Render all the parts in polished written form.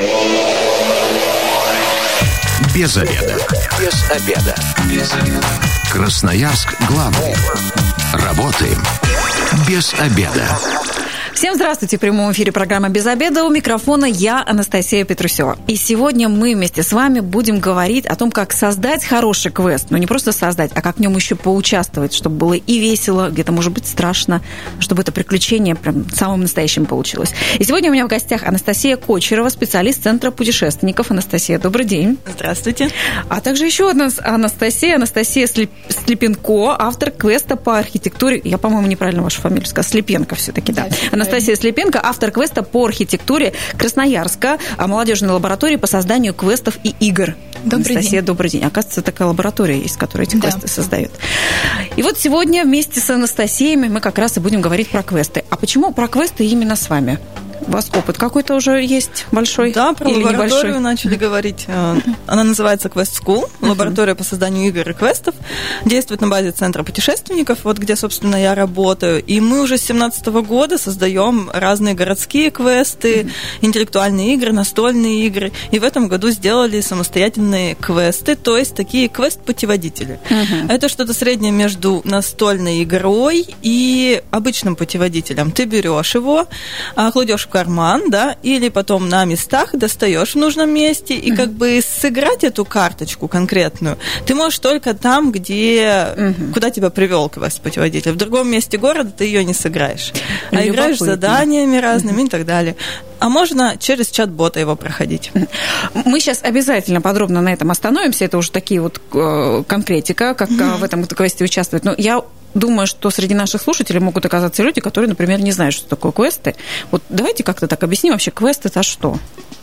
Без обеда. Без обеда. Без обеда. Красноярск главный. Работаем без обеда. Всем здравствуйте. В прямом эфире программа «Без обеда». У микрофона я, Анастасия Петрусева. И сегодня мы вместе с вами будем говорить о том, как создать хороший квест. Но не просто создать, а как в нем еще поучаствовать, чтобы было и весело, где-то, может быть, страшно, чтобы это приключение прям самым настоящим получилось. И сегодня у меня в гостях Анастасия Кочерова, специалист Центра путешественников. Анастасия, добрый день. Здравствуйте. А также еще одна Анастасия Слепенко, автор квеста по архитектуре. Я, по-моему, неправильно вашу фамилию сказала. Слепенко все-таки, да. Анастасия Слепенко, автор квеста по архитектуре Красноярска, молодежной лаборатории по созданию квестов и игр. Анастасия, добрый день. Оказывается, такая лаборатория есть, которая эти квесты создает. И вот сегодня вместе с Анастасией мы как раз и будем говорить про квесты. А почему про квесты именно с вами? У вас опыт какой-то уже есть большой? Да, про или лабораторию небольшой? Начали говорить. Она называется Quest School, лаборатория по созданию игр и квестов. Действует на базе Центра путешественников, вот где, собственно, я работаю. И мы уже с 2017 года создаем разные городские квесты, интеллектуальные игры, настольные игры. И в этом году сделали самостоятельные квесты, то есть такие квест-путеводители. Это что-то среднее между настольной игрой и обычным путеводителем. Ты берешь его, кладешь в карман, да, или потом на местах достаешь в нужном месте, и как бы сыграть эту карточку конкретную ты можешь только там, где, куда тебя привел квест-путеводитель. В другом месте города ты ее не сыграешь. А играешь заданиями разными и так далее. А можно через чат-бота его проходить. Мы сейчас обязательно подробно на этом остановимся. Это уже такие вот конкретика, как в этом квесте участвовать. Но я думаю, что среди наших слушателей могут оказаться люди, которые, например, не знают, что такое квесты. Вот давайте как-то так объясним вообще, квест – это что?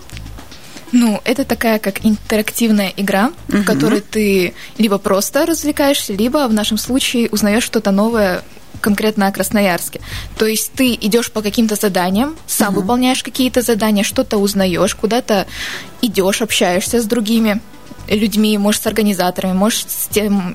Ну, это такая как интерактивная игра, в которой ты либо просто развлекаешься, либо в нашем случае узнаешь что-то новое конкретно о Красноярске. То есть ты идешь по каким-то заданиям, сам выполняешь какие-то задания, что-то узнаешь, куда-то идешь, общаешься с другими людьми, может, с организаторами, может, с теми,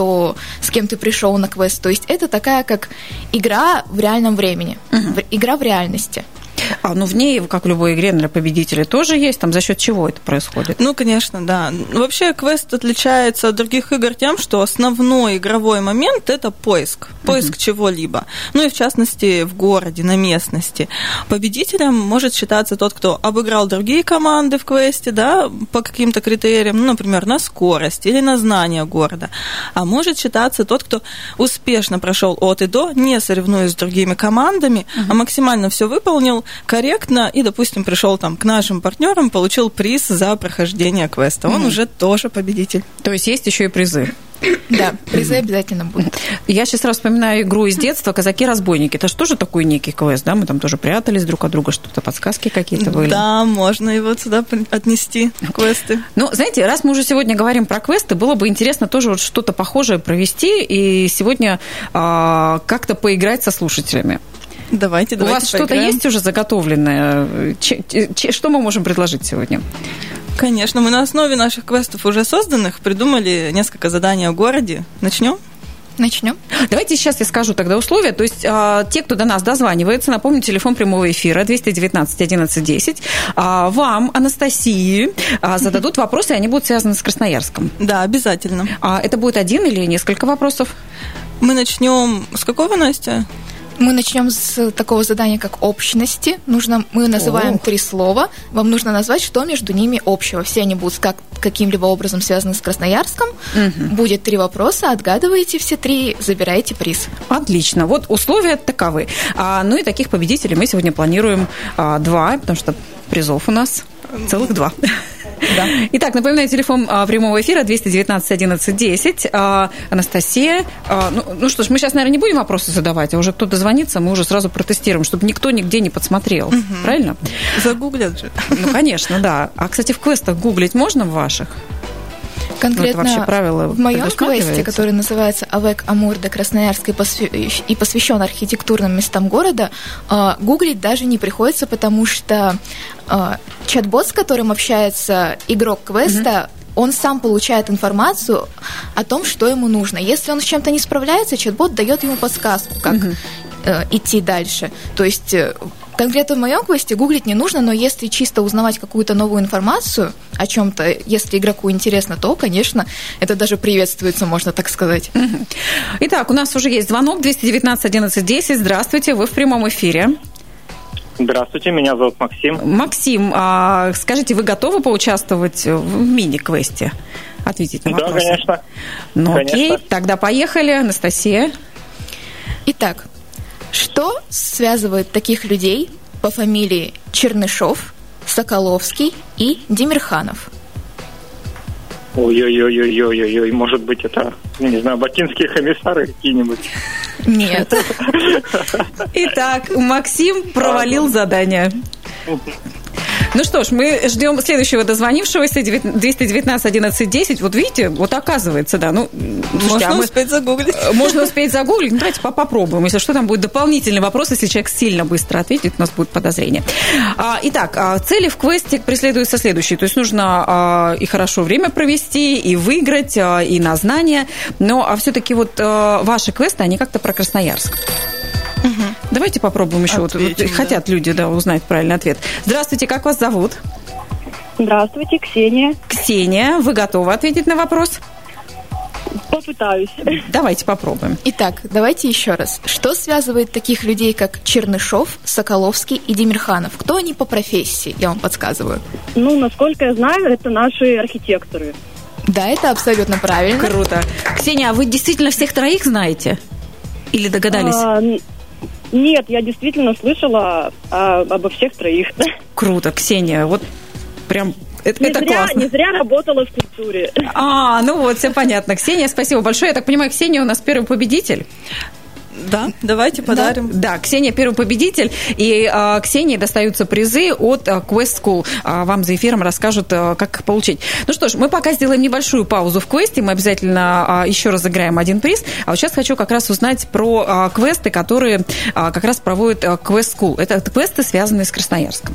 с кем ты пришел на квест. То есть это такая как игра в реальном времени, игра в реальности. Ну, в ней, как в любой игре, для победителей тоже есть. Там за счет чего это происходит? Ну, конечно, да. Вообще, квест отличается от других игр тем, что основной игровой момент – это поиск. Поиск чего-либо. Ну, и в частности, в городе, на местности. Победителем может считаться тот, кто обыграл другие команды в квесте, да, по каким-то критериям, ну, например, на скорость или на знание города. А может считаться тот, кто успешно прошел от и до, не соревнуясь с другими командами, а максимально все выполнил корректно и, допустим, пришел там к нашим партнерам, получил приз за прохождение квеста. Он уже тоже победитель. То есть есть еще и призы. Да, призы обязательно будут. Я сейчас раз вспоминаю игру из детства «Казаки-разбойники». Это же тоже такой некий квест, да? Мы там тоже прятались друг от друга, что-то, подсказки какие-то были. Да, можно его сюда отнести, квесты. Ну, знаете, раз мы уже сегодня говорим про квесты, было бы интересно тоже вот что-то похожее провести и сегодня как-то поиграть со слушателями. Давайте У вас что-то поиграем. есть уже заготовленное? Что мы можем предложить сегодня? Конечно, мы на основе наших квестов уже созданных придумали несколько заданий о городе. Начнем? Начнем. Давайте сейчас я скажу тогда условия. То есть те, кто до нас дозванивается, напомню, телефон прямого эфира 219 11 10. Вам, Анастасии, зададут вопросы, и они будут связаны с Красноярском. Да, обязательно. Это будет один или несколько вопросов? Мы начнем с какого, Настя? Мы начнем с такого задания, как общности. Мы называем 3 слова. Вам нужно назвать, что между ними общего. Все они будут каким-либо образом связаны с Красноярском. Будет 3 вопроса, отгадываете все 3, забираете приз. Отлично. Вот условия таковы. Ну и таких победителей мы сегодня планируем 2, потому что призов у нас целых 2. Да. Итак, напоминаю, телефон прямого эфира 219 11 10. Анастасия. Ну что ж, мы сейчас, наверное, не будем вопросы задавать, а уже кто дозвонится, мы уже сразу протестируем, чтобы никто нигде не подсмотрел. Правильно? Загуглят же. Ну, конечно, да. А, кстати, в квестах гуглить можно в ваших? Конкретно в моем квесте, который называется «Avec Amour de Красноярск» и посвящен архитектурным местам города, гуглить даже не приходится, потому что чат-бот, с которым общается игрок квеста, он сам получает информацию о том, что ему нужно. Если он с чем-то не справляется, чат-бот дает ему подсказку, как идти дальше. То есть Конкретно в моем квесте гуглить не нужно, но если чисто узнавать какую-то новую информацию о чем-то, если игроку интересно, то, конечно, это даже приветствуется, можно так сказать. Итак, у нас уже есть звонок 219 11 10. Здравствуйте, вы в прямом эфире. Здравствуйте, меня зовут Максим. Максим, скажите, вы готовы поучаствовать в мини-квесте? Ответить на вопрос. Да, конечно. Ну, конечно. окей, тогда поехали. Анастасия. Итак, что связывает таких людей по фамилии Чернышов, Соколовский и Демирханов? Ой-ой-ой-ой-ой-ой, может быть, это, не знаю, бакинские комиссары какие-нибудь? Нет. Итак, Максим провалил задание. Ну что ж, мы ждем следующего дозвонившегося, 219 11 10. Вот видите, вот оказывается, да. Ну, слушайте, можно успеть загуглить. Можно успеть загуглить. Ну, давайте попробуем. Если что, там будет дополнительный вопрос, если человек сильно быстро ответит, у нас будет подозрение. Итак, цели в квесте преследуются следующие. То есть нужно и хорошо время провести, и выиграть, и на знания. Но все-таки вот ваши квесты, они как-то про Красноярск. Угу. Давайте попробуем еще. Хотят люди, да, узнать правильный ответ. Здравствуйте, как вас зовут? Здравствуйте, Ксения. Ксения, вы готовы ответить на вопрос? Попытаюсь. Давайте попробуем. Итак, давайте еще раз. Что связывает таких людей, как Чернышов, Соколовский и Демирханов? Кто они по профессии? Я вам подсказываю. Ну, насколько я знаю, это наши архитекторы. Да, это абсолютно правильно. Круто. Ксения, а вы действительно всех троих знаете? Или догадались? Нет, я действительно слышала обо всех троих. Круто, Ксения, вот прям это классно. Не зря работала в культуре. Ну вот, все понятно. Ксения, спасибо большое. Я так понимаю, Ксения у нас первый победитель. Да, давайте подарим. Да, Ксения первый победитель, и Ксении достаются призы от Quest School. Вам за эфиром расскажут, как их получить. Ну что ж, мы пока сделаем небольшую паузу в квесте, мы обязательно еще разыграем один приз. А вот сейчас хочу как раз узнать про квесты, которые как раз проводит Quest School. Это квесты, связанные с Красноярском.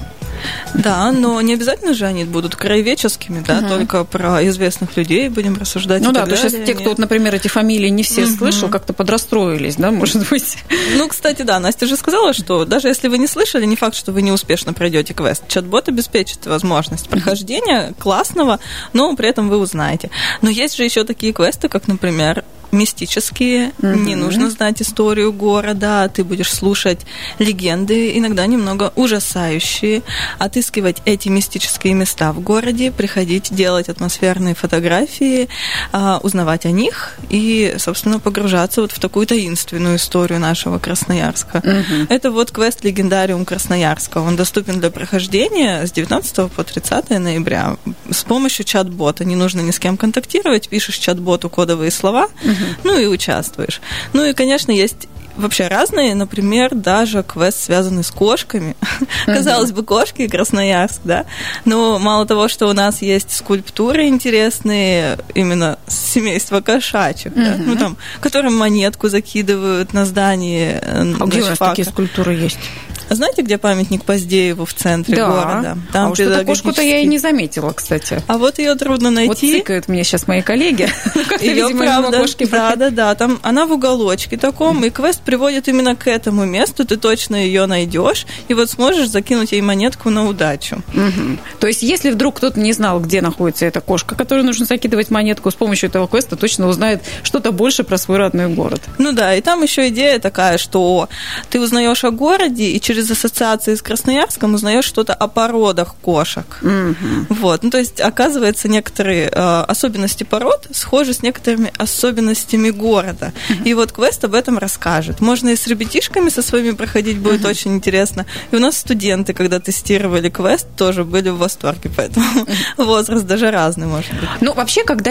Да, но не обязательно же они будут краеведческими, да, только про известных людей будем рассуждать. Ну да, то есть те, кто, вот, например, эти фамилии не все слышал, как-то подрастроились, да, может быть. Ну, кстати, да, Настя же сказала, что даже если вы не слышали, не факт, что вы неуспешно пройдете квест. Чат-бот обеспечит возможность прохождения классного, но при этом вы узнаете. Но есть же еще такие квесты, как, например, мистические, не нужно знать историю города, ты будешь слушать легенды, иногда немного ужасающие, отыскивать эти мистические места в городе, приходить, делать атмосферные фотографии, узнавать о них и, собственно, погружаться вот в такую таинственную историю нашего Красноярска. Это вот квест «Легендариум Красноярска». Он доступен для прохождения с 19 по 30 ноября с помощью чат-бота. Не нужно ни с кем контактировать, пишешь чат-боту кодовые слова, ну и участвуешь. Ну и, конечно, есть вообще разные, например, даже квест, связанный с кошками. Казалось бы, кошки и Красноярск, да? Но мало того, что у нас есть скульптуры интересные именно семейства кошачьих, да? Ну, там, которым монетку закидывают на здание. А где у нас такие скульптуры есть? Знаете, где памятник Поздееву в центре города? Там а что-то кошку-то я и не заметила, кстати. А вот ее трудно найти. Вот цикают мне сейчас мои коллеги. Ее, правда, да, там она в уголочке таком, и квест приводит именно к этому месту, ты точно ее найдешь, и вот сможешь закинуть ей монетку на удачу. То есть, если вдруг кто-то не знал, где находится эта кошка, которой нужно закидывать монетку, с помощью этого квеста точно узнает что-то больше про свой родной город. Ну да, и там еще идея такая, что ты узнаешь о городе, и через ассоциации с Красноярском узнаешь что-то о породах кошек. Вот. Ну, то есть, оказывается, некоторые особенности пород схожи с некоторыми особенностями города. И вот квест об этом расскажет. Можно и с ребятишками со своими проходить, будет очень интересно. И у нас студенты, когда тестировали квест, тоже были в восторге, поэтому возраст даже разный может быть. Ну, вообще, когда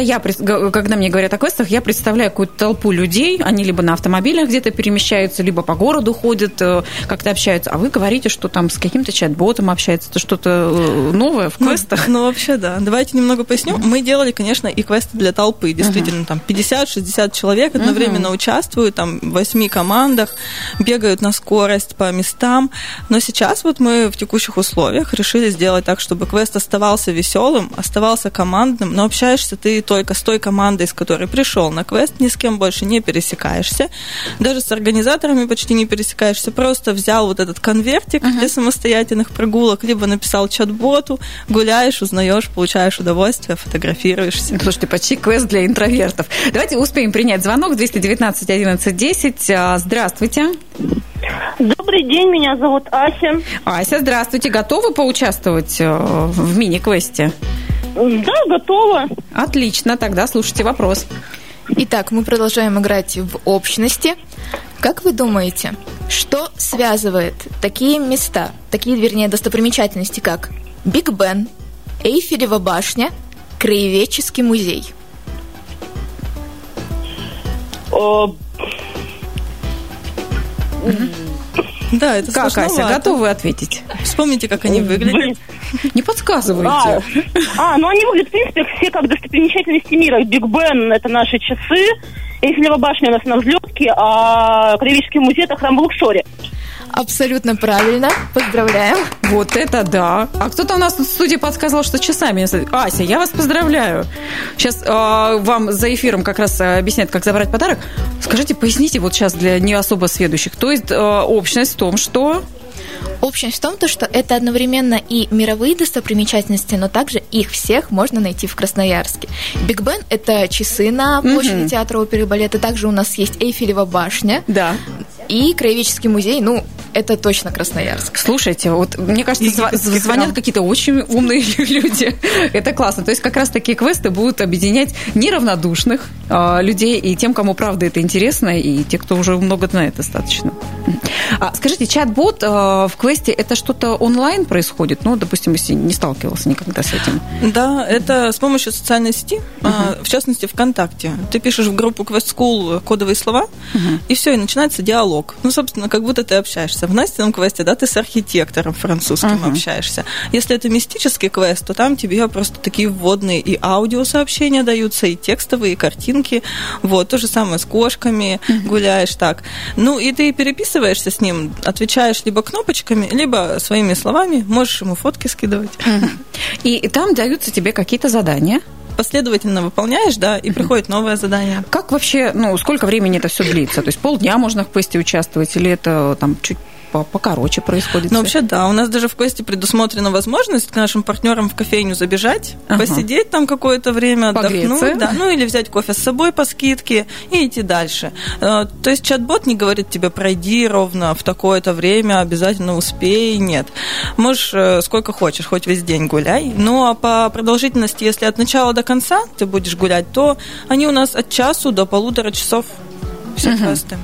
мне говорят о квестах, я представляю какую-то толпу людей, они либо на автомобилях где-то перемещаются, либо по городу ходят, как-то общаются. А вы говорите, что там с каким-то чат-ботом общается, это что-то новое в квестах? Ну, вообще, да. Давайте немного поясню. Мы делали, конечно, и квесты для толпы. Действительно, там 50-60 человек одновременно участвуют, там в 8 командах, бегают на скорость по местам. Но сейчас вот мы в текущих условиях решили сделать так, чтобы квест оставался веселым, оставался командным, но общаешься ты только с той командой, с которой пришел на квест, ни с кем больше не пересекаешься. Даже с организаторами почти не пересекаешься. Просто взял вот этот конвертик для самостоятельных прогулок, либо написал чат-боту, гуляешь, узнаешь, получаешь удовольствие, фотографируешься. Слушайте, почти квест для интровертов. Давайте успеем принять звонок 219 11 10. Здравствуйте. Добрый день, меня зовут Ася. Ася, здравствуйте. Готовы поучаствовать в мини-квесте? Да, готова. Отлично, тогда слушайте вопрос. Итак, мы продолжаем играть в общности. Как вы думаете, что связывает такие места, вернее, достопримечательности, как Биг Бен, Эйфелева башня, Краеведческий музей? Да, это как, сложновато. Ася, готовы ответить? Вспомните, как они выглядят. Не подсказывайте. Ну они выглядят, в принципе, все как достопримечательности мира. Биг Бен – это наши часы, Эйфелева башня у нас на взлетке, а Краеведческий музей – это храм в Луксоре. Абсолютно правильно. Поздравляем. Вот это да. А кто-то у нас в студии подсказывал, что часами. Ася, я вас поздравляю. Сейчас вам за эфиром как раз объяснят, как забрать подарок. Скажите, поясните вот сейчас для не особо сведущих. То есть общность в том, что... Общность в том, что это одновременно и мировые достопримечательности, но также их всех можно найти в Красноярске. Биг Бен – это часы на площади театра оперы и балета. Также у нас есть Эйфелева башня. Да. И Краеведческий музей, это точно Красноярск. Слушайте, вот мне кажется, звонят какие-то очень умные люди. Это классно. То есть как раз такие квесты будут объединять неравнодушных людей и тем, кому правда это интересно, и те, кто уже много знает достаточно. Скажите, чат-бот в квесте это что-то онлайн происходит? Допустим, если не сталкивался никогда с этим. Да, это с помощью социальной сети, в частности, ВКонтакте. Ты пишешь в группу Quest School кодовые слова, и все, и начинается диалог. Собственно, как будто ты общаешься. В Настином квесте, да, ты с архитектором французским общаешься. Если это мистический квест, то там тебе просто такие вводные и аудиосообщения даются, и текстовые, и картинки. Вот, то же самое с кошками, гуляешь так. И ты переписываешься с ним, отвечаешь либо кнопочками, либо своими словами, можешь ему фотки скидывать. И там даются тебе какие-то задания. Последовательно выполняешь, да, и приходит новое задание. Как вообще, сколько времени это все длится? То есть полдня можно в квесте участвовать, или это там чуть покороче происходит? Вообще, да. У нас даже в квесте предусмотрена возможность к нашим партнерам в кофейню забежать, посидеть там какое-то время, отдохнуть, да, или взять кофе с собой по скидке и идти дальше. То есть чат-бот не говорит тебе, пройди ровно в такое-то время, обязательно успей, нет. Можешь сколько хочешь, хоть весь день гуляй. А по продолжительности, если от начала до конца ты будешь гулять, то они у нас от часу до 1,5 часов. Все квесты.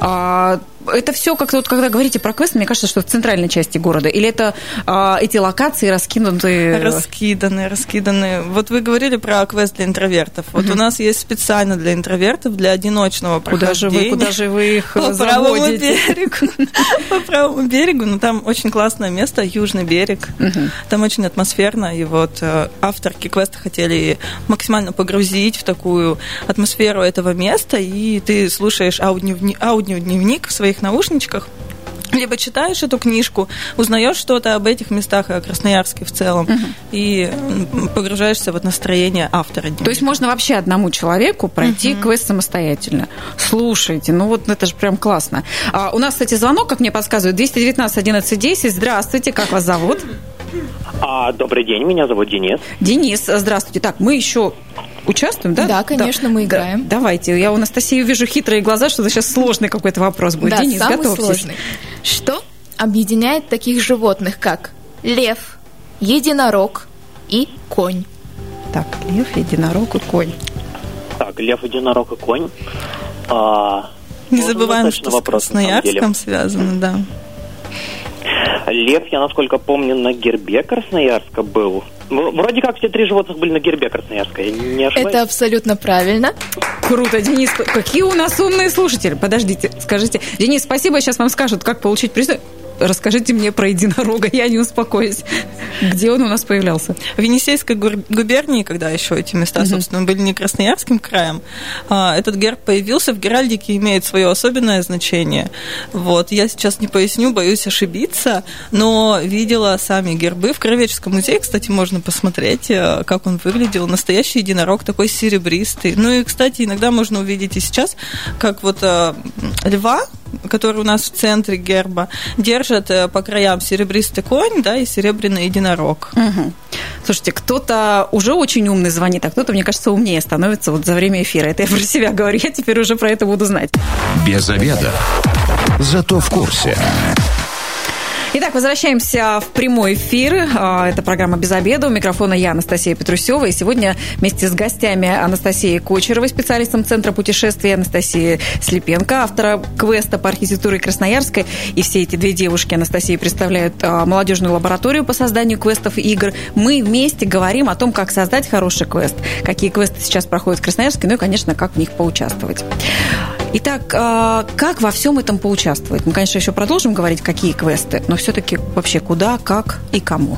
Это все как-то вот, когда говорите про квест, мне кажется, что в центральной части города. Или это эти локации раскинутые? Раскиданы. Вот вы говорили про квест для интровертов. Вот у нас есть специально для интровертов, для одиночного прохождения. Куда же вы их заводите? По правому берегу. Там очень классное место, Южный берег. Там очень атмосферно. И вот авторки квеста хотели максимально погрузить в такую атмосферу этого места. И ты слушаешь аудиодневник в своих наушничках, либо читаешь эту книжку, узнаешь что-то об этих местах и о Красноярске в целом, и погружаешься в настроение автора. То есть можно вообще одному человеку пройти квест самостоятельно. Слушайте, это же прям классно. У нас, кстати, звонок, как мне подсказывают, 219 11 10. Здравствуйте, как вас зовут? Добрый день, меня зовут Денис. Денис, здравствуйте. Так, мы еще участвуем, да? Да, конечно, мы играем. Давайте. Я у Анастасии вижу хитрые глаза, что это сейчас сложный какой-то вопрос будет. Да, Денис, самый готовьтесь. Сложный. Что объединяет таких животных, как лев, единорог и конь? Так, лев, единорог и конь. Так, лев, единорог и конь. Не забываем, что с Красноярском связано, да. Лев, я, насколько помню, на гербе Красноярска был. Вроде как все 3 животных были на гербе Красноярска, я не ошибаюсь? Это абсолютно правильно. Круто, Денис. Какие у нас умные слушатели. Подождите, скажите. Денис, спасибо, сейчас вам скажут, как получить приз. Расскажите мне про единорога, я не успокоюсь. Где он у нас появлялся? В Енисейской губернии, когда еще эти места, собственно, были не Красноярским краем, этот герб появился. В геральдике имеет свое особенное значение. Вот. Я сейчас не поясню, боюсь ошибиться, но видела сами гербы. В Краеведческом музее, кстати, можно посмотреть, как он выглядел. Настоящий единорог, такой серебристый. И, кстати, иногда можно увидеть и сейчас, как льва который у нас в центре герба, держат по краям серебристый конь, да, и серебряный единорог. Угу. Слушайте, кто-то уже очень умный звонит, а кто-то, мне кажется, умнее становится вот за время эфира. Это я про себя говорю, я теперь уже про это буду знать. Без обеда. Зато в курсе. Итак, возвращаемся в прямой эфир. Это программа «Без обеда». У микрофона я, Анастасия Петрусева. И сегодня вместе с гостями Анастасией Кочеровой, специалистом Центра путешествий, Анастасией Слепенко, автора квеста по архитектуре Красноярской. И все эти две девушки, Анастасия, представляют молодежную лабораторию по созданию квестов и игр. Мы вместе говорим о том, как создать хороший квест, какие квесты сейчас проходят в Красноярске, ну и, конечно, как в них поучаствовать. Итак, как во всем этом поучаствовать? Мы, конечно, еще продолжим говорить, какие квесты, но все-таки вообще куда, как и кому.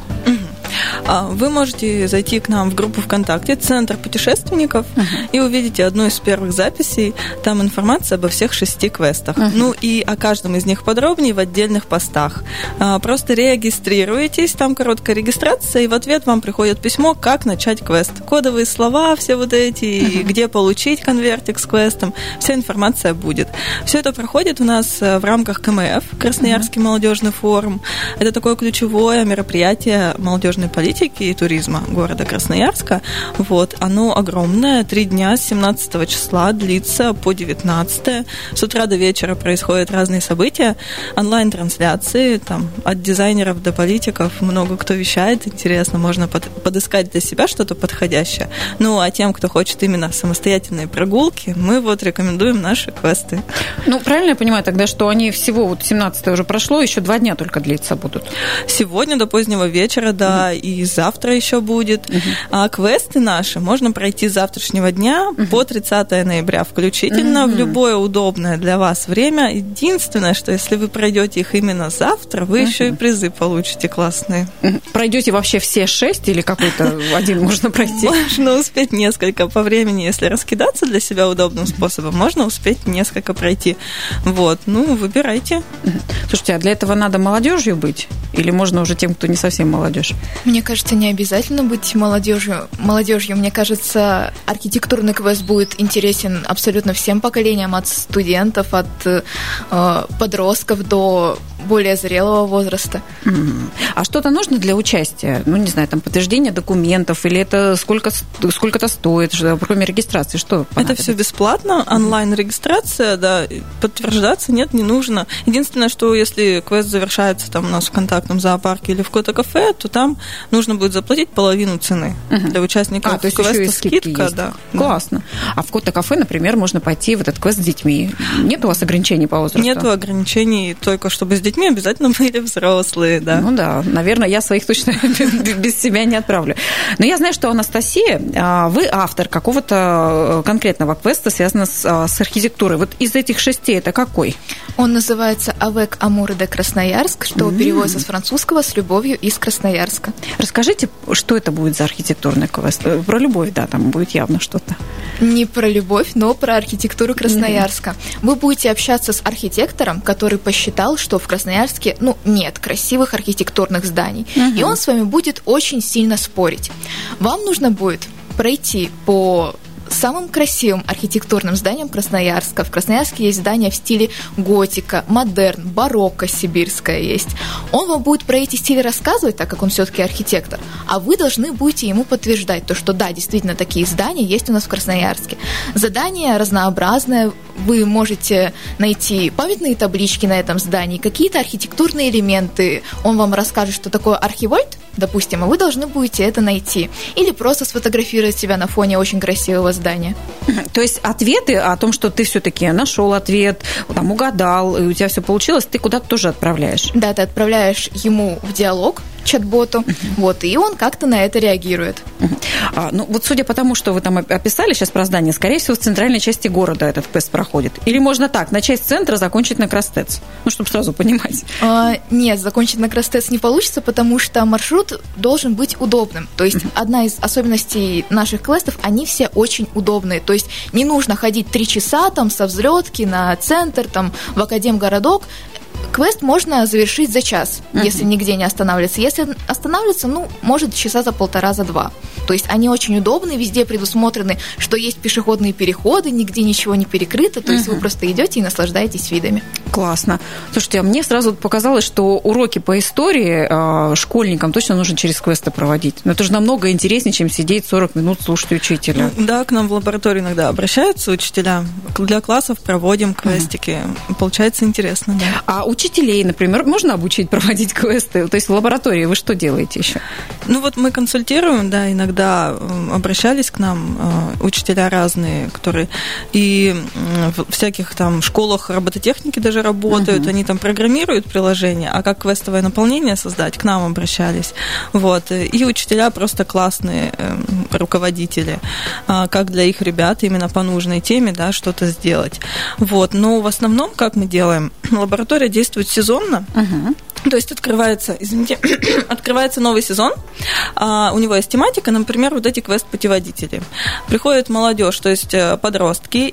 Вы можете зайти к нам в группу ВКонтакте «Центр путешественников» и увидите одну из первых записей. Там информация обо всех 6 квестах. Ну и о каждом из них подробнее в отдельных постах. Просто регистрируйтесь, там короткая регистрация, и в ответ вам приходит письмо, как начать квест. Кодовые слова все вот эти, где получить конвертик с квестом, вся информация будет. Все это проходит у нас в рамках КМФ, Красноярский молодежный форум. Это такое ключевое мероприятие молодежной политики и туризма города Красноярска. Вот, оно огромное, 3 дня с 17 числа длится по 19. С утра до вечера происходят разные события, онлайн-трансляции, там, от дизайнеров до политиков, много кто вещает, интересно, можно подыскать для себя что-то подходящее. Ну, а тем, кто хочет именно самостоятельные прогулки, мы вот рекомендуем наши квесты. Ну, правильно я понимаю тогда, что они всего, вот 17 уже прошло, еще 2 дня только длиться будут? Сегодня до позднего вечера, да, и завтра еще будет. А квесты наши можно пройти с завтрашнего дня по 30 ноября включительно, в любое удобное для вас время. Единственное, что если вы пройдете их именно завтра, вы еще и призы получите классные. Пройдете вообще все 6 или какой-то один можно пройти? Можно успеть несколько по времени, если раскидаться для себя удобным способом, можно успеть несколько пройти. Вот, ну, выбирайте. Слушайте, а для этого надо молодежью быть? Или можно уже тем, кто не совсем молодежь? Мне кажется, не обязательно быть молодежью. Мне кажется, архитектурный квест будет интересен абсолютно всем поколениям, от студентов, от подростков до более зрелого возраста. А что-то нужно для участия? Ну, не знаю, там, подтверждение документов, или это сколько-то стоит, кроме регистрации, что понадобится? Это все бесплатно, онлайн-регистрация, да, подтверждаться нет, не нужно. Единственное, что если квест завершается там у нас в контактном зоопарке или в Кота-кафе, то там нужно будет заплатить половину цены для участников. То есть квеста, еще и скидка есть. Да. Классно. А в Кота-кафе, например, можно пойти в этот квест с детьми. Нет у вас ограничений по возрасту? Нету ограничений, только чтобы с детьми обязательно были взрослые, да. Ну да, наверное, я своих точно без себя не отправлю. Но я знаю, что, Анастасия, вы автор какого-то конкретного квеста, связанного с архитектурой. Вот из этих 6 это какой? Он называется «Avec Amour de Красноярск», что переводится с французского «С любовью из Красноярска». Расскажите, что это будет за архитектурный квест? Про любовь, да, там будет явно что-то. Не про любовь, но про архитектуру Красноярска. Вы будете общаться с архитектором, который посчитал, что в Красноярске, нет красивых архитектурных зданий. И он с вами будет очень сильно спорить. Вам нужно будет пройти по самым красивым архитектурным зданиям Красноярска. В Красноярске есть здания в стиле готика, модерн, барокко сибирское есть. Он вам будет про эти стили рассказывать, так как он все-таки архитектор, а вы должны будете ему подтверждать то, что да, действительно такие здания есть у нас в Красноярске. Задание разнообразное. Вы можете найти памятные таблички на этом здании, какие-то архитектурные элементы. Он вам расскажет, что такое архивольт, допустим, а вы должны будете это найти. Или просто сфотографировать себя на фоне очень красивого здания. То есть ответы о том, что ты все-таки нашел ответ, там угадал, и у тебя все получилось, ты куда-то тоже отправляешь? Да, ты отправляешь ему в диалог, чат-боту, и он как-то на это реагирует. Судя по тому, что вы там описали сейчас про здание, скорее всего, в центральной части города этот квест проходит. Или можно так, начать с центра, закончить на Крастец? Чтобы сразу понимать. Нет, закончить на Крастец не получится, потому что маршрут должен быть удобным. То есть одна из особенностей наших квестов, они все очень удобные. То есть не нужно ходить 3 часа там со взлетки на центр, там в Академгородок. Квест можно завершить за час, если нигде не останавливаться. Если останавливаться, может, часа за 1,5, за 2. То есть они очень удобны, везде предусмотрены, что есть пешеходные переходы, нигде ничего не перекрыто, то есть вы просто идете и наслаждаетесь видами. Классно. Слушайте, а мне сразу показалось, что уроки по истории школьникам точно нужно через квесты проводить. Но это же намного интереснее, чем сидеть 40 минут слушать учителя. Да, к нам в лабораторию иногда обращаются учителя. Для классов проводим квестики. Получается интересно, да. А учителей, например, можно обучить проводить квесты? То есть в лаборатории вы что делаете еще? Ну вот мы консультируем, да, иногда обращались к нам учителя разные, которые и в всяких там школах робототехники даже работают, они там программируют приложение, а как квестовое наполнение создать, к нам обращались. Вот. И учителя просто классные руководители, как для их ребят именно по нужной теме, да, что-то сделать. Вот. Но в основном, как мы делаем, лаборатория действует сезонно. То есть открывается новый сезон, у него есть тематика, например, вот эти квест-путеводители. Приходит молодежь, то есть подростки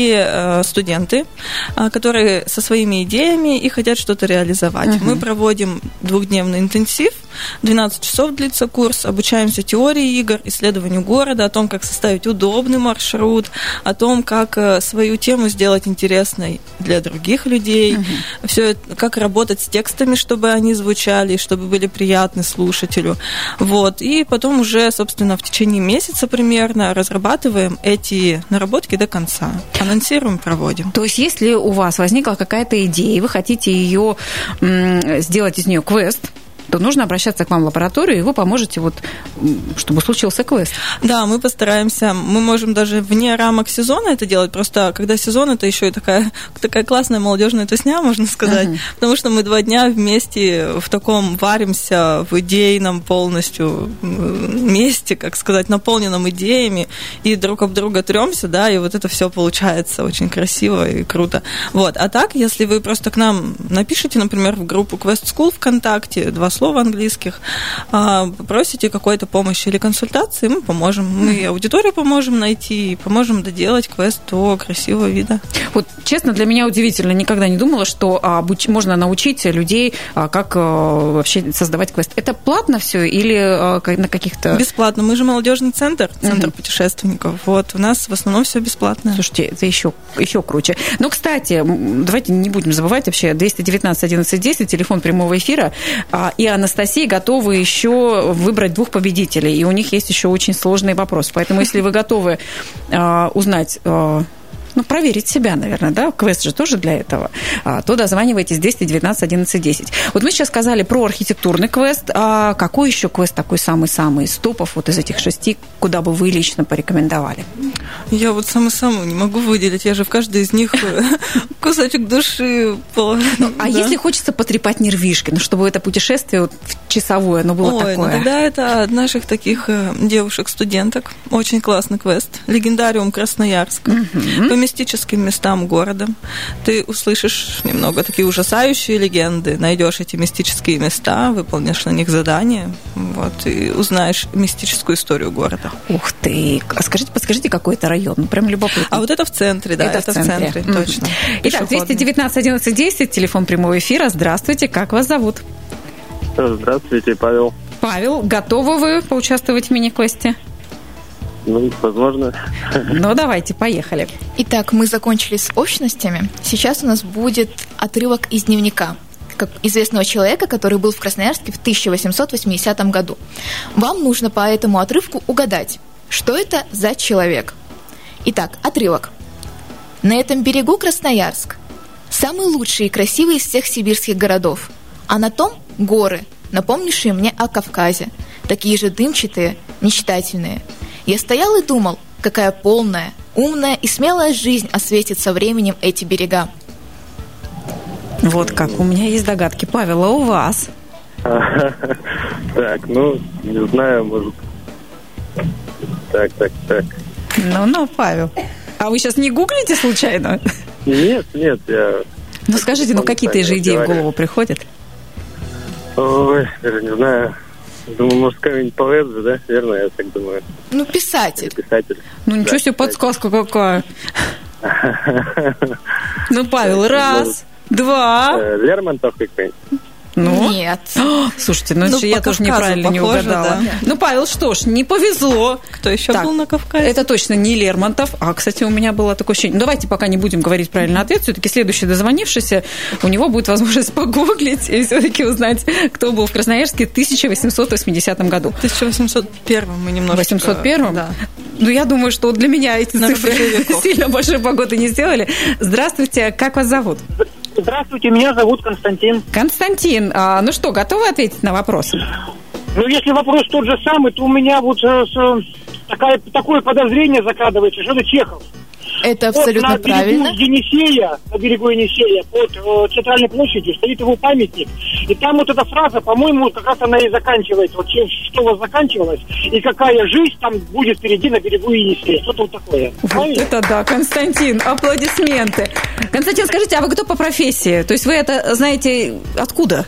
и студенты, которые со своими идеями и хотят что-то реализовать. Мы проводим 2-дневный интенсив, 12 часов длится курс, обучаемся теории игр, исследованию города, о том, как составить удобный маршрут, о том, как свою тему сделать интересной для других людей, все, как работать с текстами, чтобы они звучали, чтобы были приятны слушателю. Вот. И потом уже, собственно, в течение месяца примерно разрабатываем эти наработки до конца. Анонсируем, проводим. То есть если у вас возникла какая-то идея, и вы хотите ее сделать из нее квест, то нужно обращаться к вам в лабораторию, и вы поможете, вот, чтобы случился квест. Да, мы постараемся. Мы можем даже вне рамок сезона это делать. Просто когда сезон, это еще и такая классная молодежная тусня, можно сказать. Потому что мы 2 дня вместе в таком варимся, в идейном полностью месте, как сказать, наполненном идеями, и друг об друга трёмся, да, и вот это все получается очень красиво и круто. Вот. А так, если вы просто к нам напишите, например, в группу Quest School ВКонтакте, 2 слова английских, попросите какой-то помощи или консультации, мы поможем. Мы аудиторию поможем найти и поможем доделать квест до красивого вида. Вот, честно, для меня удивительно. Никогда не думала, что можно научить людей, как вообще создавать квест. Это платно все или на каких-то... Бесплатно. Мы же молодежный центр путешественников. Вот. У нас в основном все бесплатно. Слушайте, это еще круче. Но, кстати, давайте не будем забывать вообще, 219 11 10, телефон прямого эфира, и Анастасия готова еще выбрать 2 победителей, и у них есть еще очень сложный вопрос. Поэтому, если вы готовы узнать... проверить себя, наверное, да, квест же тоже для этого, то дозванивайтесь 219 11 10. Вот мы сейчас сказали про архитектурный квест, а какой еще квест такой самый-самый из топов вот из этих 6, куда бы вы лично порекомендовали? Я вот самую не могу выделить, я же в каждой из них кусочек души положила. А если хочется потрепать нервишки, чтобы это путешествие часовое, оно было такое? Ну тогда это от наших таких девушек-студенток. Очень классный квест. Легендариум Красноярск. По мистическим местам города. Ты услышишь немного такие ужасающие легенды, найдешь эти мистические места, выполнишь на них задания, вот, и узнаешь мистическую историю города. Ух ты! А подскажите, какой это район? Прям любопытно. А вот это в центре, да, это в центре, точно. Итак, 219 11 10, телефон прямого эфира. Здравствуйте, как вас зовут? Здравствуйте, Павел. Павел, готовы вы поучаствовать в мини-квесте? Ну, возможно. Ну, давайте, поехали. Итак, мы закончили с общностями. Сейчас у нас будет отрывок из дневника как известного человека, который был в Красноярске в 1880 году. Вам нужно по этому отрывку угадать, что это за человек. Итак, отрывок. На этом берегу Красноярск. Самый лучший и красивый из всех сибирских городов. А на том горы, напомнившие мне о Кавказе. Такие же дымчатые, мечтательные. Я стоял и думал, какая полная, умная и смелая жизнь осветит со временем эти берега. Вот как, у меня есть догадки. Павел, а у вас? Так, не знаю, может... Так. Ну, Павел. А вы сейчас не гуглите случайно? Нет, я... Ну, скажите, какие-то же идеи в голову приходят? Ой, даже не знаю... Думаю, может, какой-нибудь поэт же, да? Верно, я так думаю. Писатель. Ну, ничего себе, подсказка какая. Ну, Павел, 1, 2... Лермонтов какой-нибудь. Ну? Нет. Слушайте, ну я тоже неправильно не угадала. Да. Ну, Павел, что ж, не повезло. Кто еще был на Кавказе? Это точно не Лермонтов. А, кстати, у меня было такое ощущение. Ну, давайте пока не будем говорить правильный ответ. Все-таки следующий дозвонившийся, у него будет возможность погуглить и все-таки узнать, кто был в Красноярске в 1880 году. В 1801 мы немножко... В 801? Да. Ну, я думаю, что для меня эти цифры сильно большой погоды не сделали. Здравствуйте, как вас зовут? Здравствуйте, меня зовут Константин. Константин, ну что, готовы ответить на вопрос? Ну, если вопрос тот же самый, то у меня вот такое подозрение закрадывается, что это Чехов. Это абсолютно вот правильно. На берегу Енисея, под Центральной площадью стоит его памятник. И там вот эта фраза, по-моему, как раз она и заканчивается. Вот что у вас заканчивалось, и какая жизнь там будет впереди на берегу Енисея. Что-то вот такое. Вот это да, Константин, аплодисменты. Константин, скажите, а вы кто по профессии? То есть вы это знаете откуда?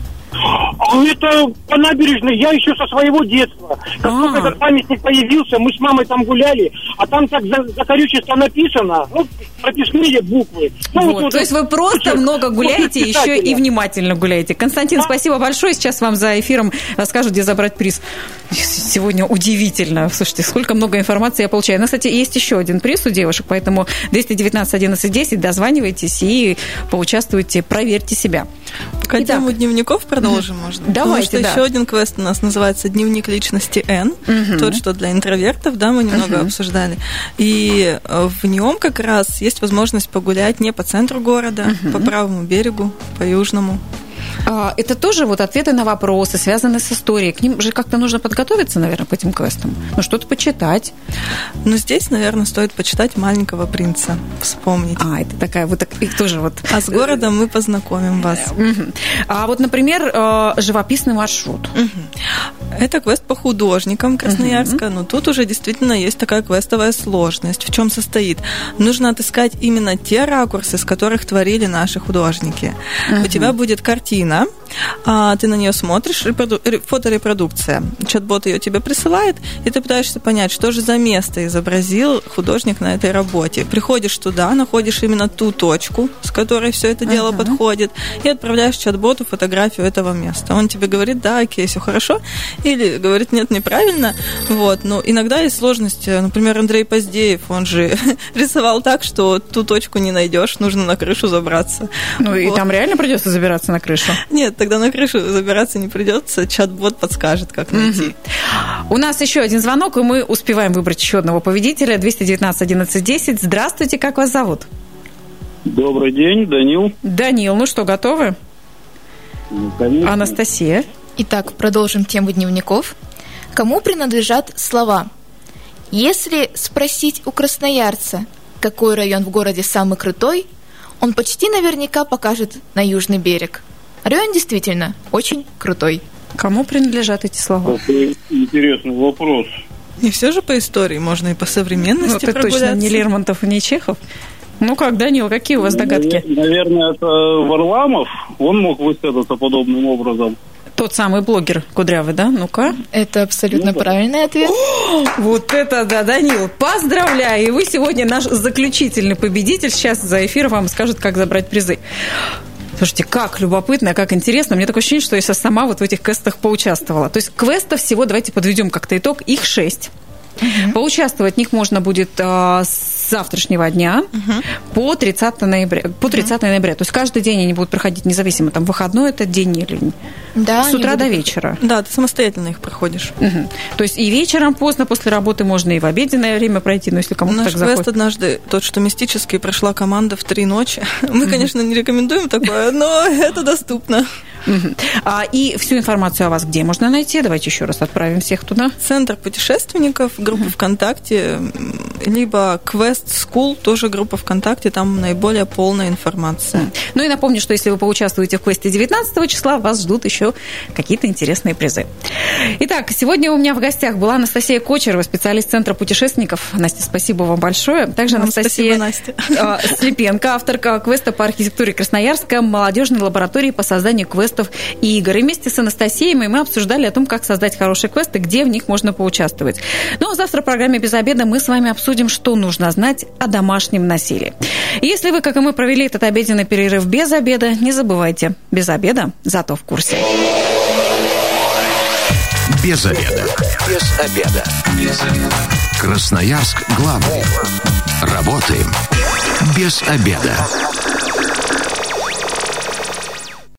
Это по набережной, я еще со своего детства. Как только этот памятник появился, мы с мамой там гуляли, а там так закорючисто написано, ну, прописные буквы. Ну, вот, то есть вы просто много гуляете, еще и внимательно гуляете. Константин, спасибо большое. Сейчас вам за эфиром расскажут, где забрать приз. Сегодня удивительно. Слушайте, сколько много информации я получаю. У нас, кстати, есть еще один приз у девушек, поэтому 219 11 10, дозванивайтесь и поучаствуйте, проверьте себя. Пока тему дневников продолжим, может быть. Давайте, потому что еще один квест у нас называется «Дневник личности Н». Тот, что для интровертов, да, мы немного обсуждали. И в нем как раз есть возможность погулять не по центру города, по правому берегу, по южному. Это тоже вот ответы на вопросы, связанные с историей. К ним же как-то нужно подготовиться, наверное, к этим квестам. Ну, что-то почитать. Ну, здесь, наверное, стоит почитать «Маленького принца», вспомнить. Это такая вот их тоже вот... А с городом мы познакомим вас. А вот, например, живописный маршрут. Это квест по художникам Красноярска, но тут уже действительно есть такая квестовая сложность. В чем состоит? Нужно отыскать именно те ракурсы, с которых творили наши художники. У тебя будет картина, ты на нее смотришь, фоторепродукция. Чат-бот ее тебе присылает, и ты пытаешься понять, что же за место изобразил художник на этой работе. Приходишь туда, находишь именно ту точку, с которой все это дело подходит, и отправляешь чат-боту фотографию этого места. Он тебе говорит: да, окей, все хорошо, или говорит: нет, неправильно. Вот. Но иногда есть сложности. Например, Андрей Поздеев, он же рисовал так, что ту точку не найдешь, нужно на крышу забраться. Ну, и там реально придется забираться на крышу? Нет, тогда на крышу забираться не придется, чат-бот подскажет, как найти. У нас еще один звонок, и мы успеваем выбрать еще одного победителя. 219 11 10. Здравствуйте, как вас зовут? Добрый день, Данил. Данил, ну что, готовы? Конечно. Анастасия. Итак, продолжим тему дневников. Кому принадлежат слова? Если спросить у красноярца, какой район в городе самый крутой, он почти наверняка покажет на южный берег. Район действительно очень крутой. Кому принадлежат эти слова? Это интересный вопрос. Не все же по истории, можно и по современности это прогуляться. Точно не Лермонтов и не Чехов. Ну как, Данил, какие у вас догадки? Наверное, это Варламов. Он мог высказаться подобным образом. Тот самый блогер кудрявый, да? Ну-ка. Это абсолютно правильный ответ. Вот это да, Данил, поздравляю! И вы сегодня наш заключительный победитель. Сейчас за эфир вам скажут, как забрать призы. Слушайте, как любопытно, как интересно. Мне такое ощущение, что я сейчас сама вот в этих квестах поучаствовала. То есть квестов всего, давайте подведем как-то итог, их 6. Поучаствовать в них можно будет с завтрашнего дня по 30 ноября. По 30 ноября. То есть каждый день они будут проходить независимо, там выходной этот день или да, с утра до вечера. Да, ты самостоятельно их проходишь. То есть и вечером поздно после работы можно, и в обеденное время пройти, но если кому-то наш так захочет. Наш квест однажды, тот, что мистический, прошла команда в 3 ночи. Мы, конечно, не рекомендуем такое, но это доступно. И всю информацию о вас где можно найти? Давайте еще раз отправим всех туда. Центр путешественников, группа ВКонтакте, либо Quest School, тоже группа ВКонтакте, там наиболее полная информация. Ну и напомню, что если вы поучаствуете в квесте 19 числа, вас ждут еще какие-то интересные призы. Итак, сегодня у меня в гостях была Анастасия Кочерова, специалист Центра путешественников. Настя, спасибо вам большое. Также Анастасия Слепенко, авторка квеста по архитектуре Красноярска, молодежной лаборатории по созданию квестов и игр. И вместе с Анастасией мы обсуждали о том, как создать хорошие квесты, где в них можно поучаствовать. Ну а завтра в программе «Без обеда» мы с вами обсудим обсудим, что нужно знать о домашнем насилии. Если вы, как и мы, провели этот обеденный перерыв без обеда, не забывайте, без обеда, зато в курсе. Без обеда. Без обеда. Без обеда. Красноярск главный. Работаем без обеда.